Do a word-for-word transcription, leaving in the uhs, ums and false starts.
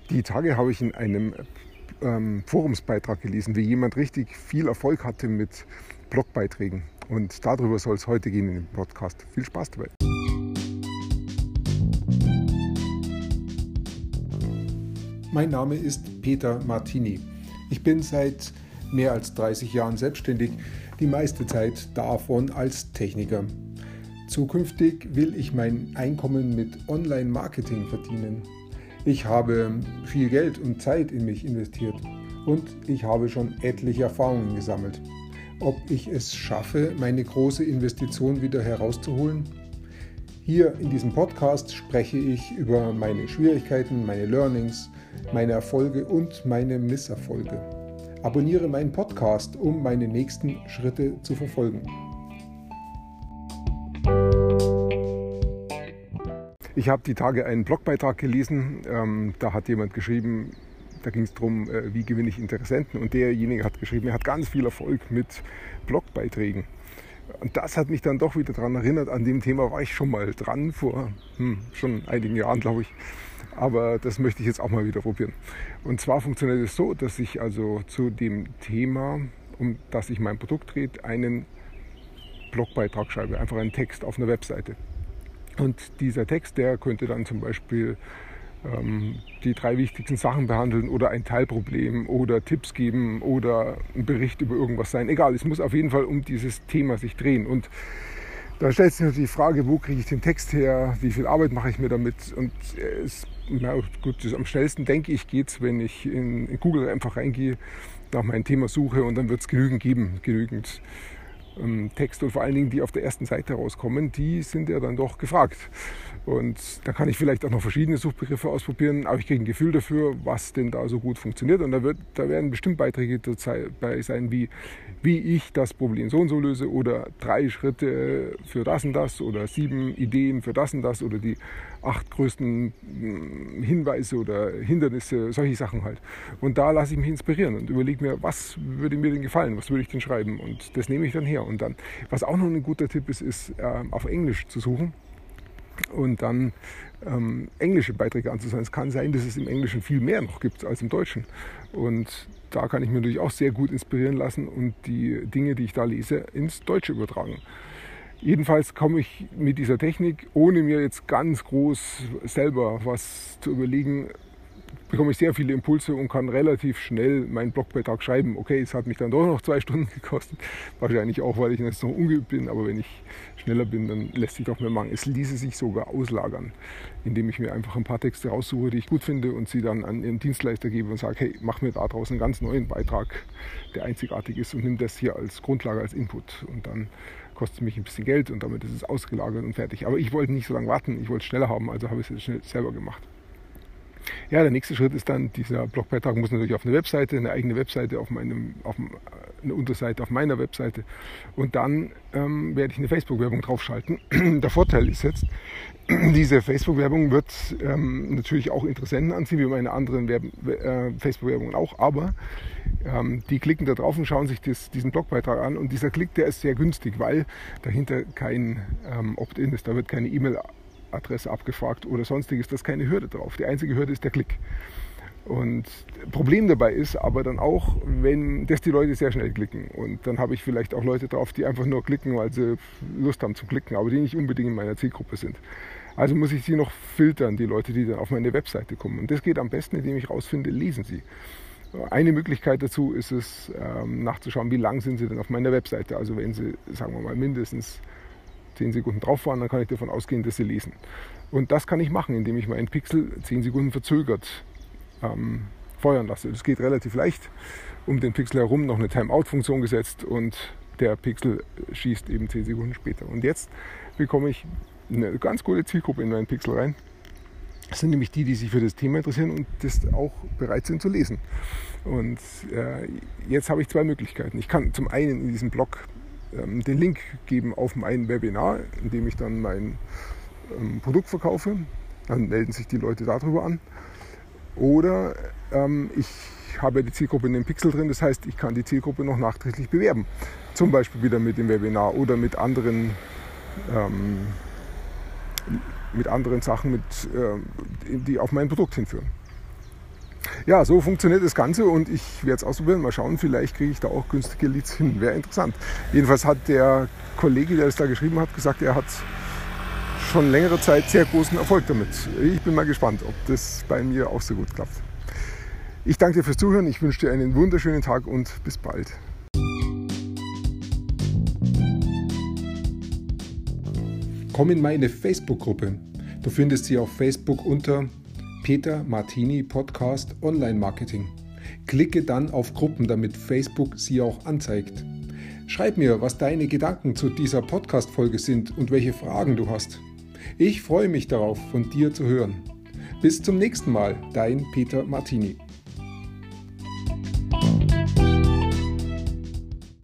Die Tage habe ich in einem ähm, Forumsbeitrag gelesen, wie jemand richtig viel Erfolg hatte mit Blogbeiträgen. Und darüber soll es heute gehen in dem Podcast. Viel Spaß dabei. Mein Name ist Peter Martini. Ich bin seit mehr als dreißig Jahren selbstständig, die meiste Zeit davon als Techniker. Zukünftig will ich mein Einkommen mit Online-Marketing verdienen. Ich habe viel Geld und Zeit in mich investiert und ich habe schon etliche Erfahrungen gesammelt. Ob ich es schaffe, meine große Investition wieder herauszuholen? Hier in diesem Podcast spreche ich über meine Schwierigkeiten, meine Learnings, meine Erfolge und meine Misserfolge. Abonniere meinen Podcast, um meine nächsten Schritte zu verfolgen. Ich habe die Tage einen Blogbeitrag gelesen, ähm, da hat jemand geschrieben, da ging es darum, äh, wie gewinne ich Interessenten, und derjenige hat geschrieben, er hat ganz viel Erfolg mit Blogbeiträgen. Und das hat mich dann doch wieder daran erinnert, an dem Thema war ich schon mal dran, vor hm, schon einigen Jahren, glaube ich. Aber das möchte ich jetzt auch mal wieder probieren. Und zwar funktioniert es so, dass ich also zu dem Thema, um das sich mein Produkt dreht, einen Blogbeitrag schreibe, einfach einen Text auf einer Webseite. Und dieser Text, der könnte dann zum Beispiel ähm, die drei wichtigsten Sachen behandeln oder ein Teilproblem oder Tipps geben oder ein Bericht über irgendwas sein. Egal, es muss auf jeden Fall um dieses Thema sich drehen. Und da stellt sich natürlich die Frage, wo kriege ich den Text her, wie viel Arbeit mache ich mir damit? Und es, na gut, das am schnellsten, denke ich, geht es, wenn ich in, in Google einfach reingehe, nach meinem Thema suche, und dann wird es genügend geben, genügend Texte, und vor allen Dingen die auf der ersten Seite rauskommen, die sind ja dann doch gefragt. Und da kann ich vielleicht auch noch verschiedene Suchbegriffe ausprobieren, aber ich kriege ein Gefühl dafür, was denn da so gut funktioniert. Und da, wird, da werden bestimmt Beiträge dabei sein, wie, wie ich das Problem so und so löse, oder drei Schritte für das und das, oder sieben Ideen für das und das, oder die acht größten Hinweise oder Hindernisse, solche Sachen halt. Und da lasse ich mich inspirieren und überlege mir, was würde mir denn gefallen, was würde ich denn schreiben, und das nehme ich dann her. Und dann, was auch noch ein guter Tipp ist, ist äh, auf Englisch zu suchen und dann ähm, englische Beiträge anzusehen. Es kann sein, dass es im Englischen viel mehr noch gibt als im Deutschen, und da kann ich mir natürlich auch sehr gut inspirieren lassen und die Dinge, die ich da lese, ins Deutsche übertragen. Jedenfalls komme ich mit dieser Technik, ohne mir jetzt ganz groß selber was zu überlegen, bekomme ich sehr viele Impulse und kann relativ schnell meinen Blogbeitrag schreiben. Okay, es hat mich dann doch noch zwei Stunden gekostet, wahrscheinlich auch, weil ich jetzt noch ungeübt bin, aber wenn ich schneller bin, dann lässt sich doch mehr machen. Es ließe sich sogar auslagern, indem ich mir einfach ein paar Texte raussuche, die ich gut finde, und sie dann an ihren Dienstleister gebe und sage, hey, mach mir da draußen einen ganz neuen Beitrag, der einzigartig ist, und nimm das hier als Grundlage, als Input. Und dann kostet es mich ein bisschen Geld und damit ist es ausgelagert und fertig. Aber ich wollte nicht so lange warten, ich wollte es schneller haben, also habe ich es jetzt schnell selber gemacht. Ja, der nächste Schritt ist dann, dieser Blogbeitrag muss natürlich auf eine Webseite, eine eigene Webseite, auf, meinem, auf eine Unterseite auf meiner Webseite, und dann ähm, werde ich eine Facebook-Werbung draufschalten. Der Vorteil ist jetzt, diese Facebook-Werbung wird ähm, natürlich auch Interessenten anziehen, wie meine anderen Werben, äh, Facebook-Werbungen auch, aber ähm, die klicken da drauf und schauen sich das, diesen Blogbeitrag an, und dieser Klick, der ist sehr günstig, weil dahinter kein ähm, Opt-in ist, da wird keine E-Mail Adresse abgefragt oder sonstiges, da ist keine Hürde drauf. Die einzige Hürde ist der Klick. Und Problem dabei ist aber dann auch, wenn dass die Leute sehr schnell klicken, und dann habe ich vielleicht auch Leute drauf, die einfach nur klicken, weil sie Lust haben zu klicken, aber die nicht unbedingt in meiner Zielgruppe sind. Also muss ich sie noch filtern, die Leute, die dann auf meine Webseite kommen. Und das geht am besten, indem ich rausfinde, lesen sie. Eine Möglichkeit dazu ist es, ähm, nachzuschauen, wie lang sind sie denn auf meiner Webseite. Also wenn sie, sagen wir mal, mindestens zehn Sekunden drauf waren, dann kann ich davon ausgehen, dass sie lesen. Und das kann ich machen, indem ich meinen Pixel zehn Sekunden verzögert ähm, feuern lasse. Das geht relativ leicht. Um den Pixel herum noch eine Timeout-Funktion gesetzt, und der Pixel schießt eben zehn Sekunden später. Und jetzt bekomme ich eine ganz gute Zielgruppe in meinen Pixel rein. Das sind nämlich die, die sich für das Thema interessieren und das auch bereit sind zu lesen. Und äh, jetzt habe ich zwei Möglichkeiten. Ich kann zum einen in diesem Blog ähm, den Link geben auf mein Webinar, in dem ich dann mein ähm, Produkt verkaufe. Dann melden sich die Leute darüber an. Oder ähm, ich habe die Zielgruppe in dem Pixel drin, das heißt, ich kann die Zielgruppe noch nachträglich bewerben. Zum Beispiel wieder mit dem Webinar oder mit anderen ähm, mit anderen Sachen, mit, äh, die auf mein Produkt hinführen. Ja, so funktioniert das Ganze und ich werde es ausprobieren. Mal schauen, vielleicht kriege ich da auch günstige Leads hin. Wäre interessant. Jedenfalls hat der Kollege, der es da geschrieben hat, gesagt, er hat schon längere Zeit sehr großen Erfolg damit. Ich bin mal gespannt, ob das bei mir auch so gut klappt. Ich danke dir fürs Zuhören. Ich wünsche dir einen wunderschönen Tag und bis bald. Komm in meine Facebook-Gruppe. Du findest sie auf Facebook unter Peter Martini Podcast Online Marketing. Klicke dann auf Gruppen, damit Facebook sie auch anzeigt. Schreib mir, was deine Gedanken zu dieser Podcast-Folge sind und welche Fragen du hast. Ich freue mich darauf, von dir zu hören. Bis zum nächsten Mal, dein Peter Martini.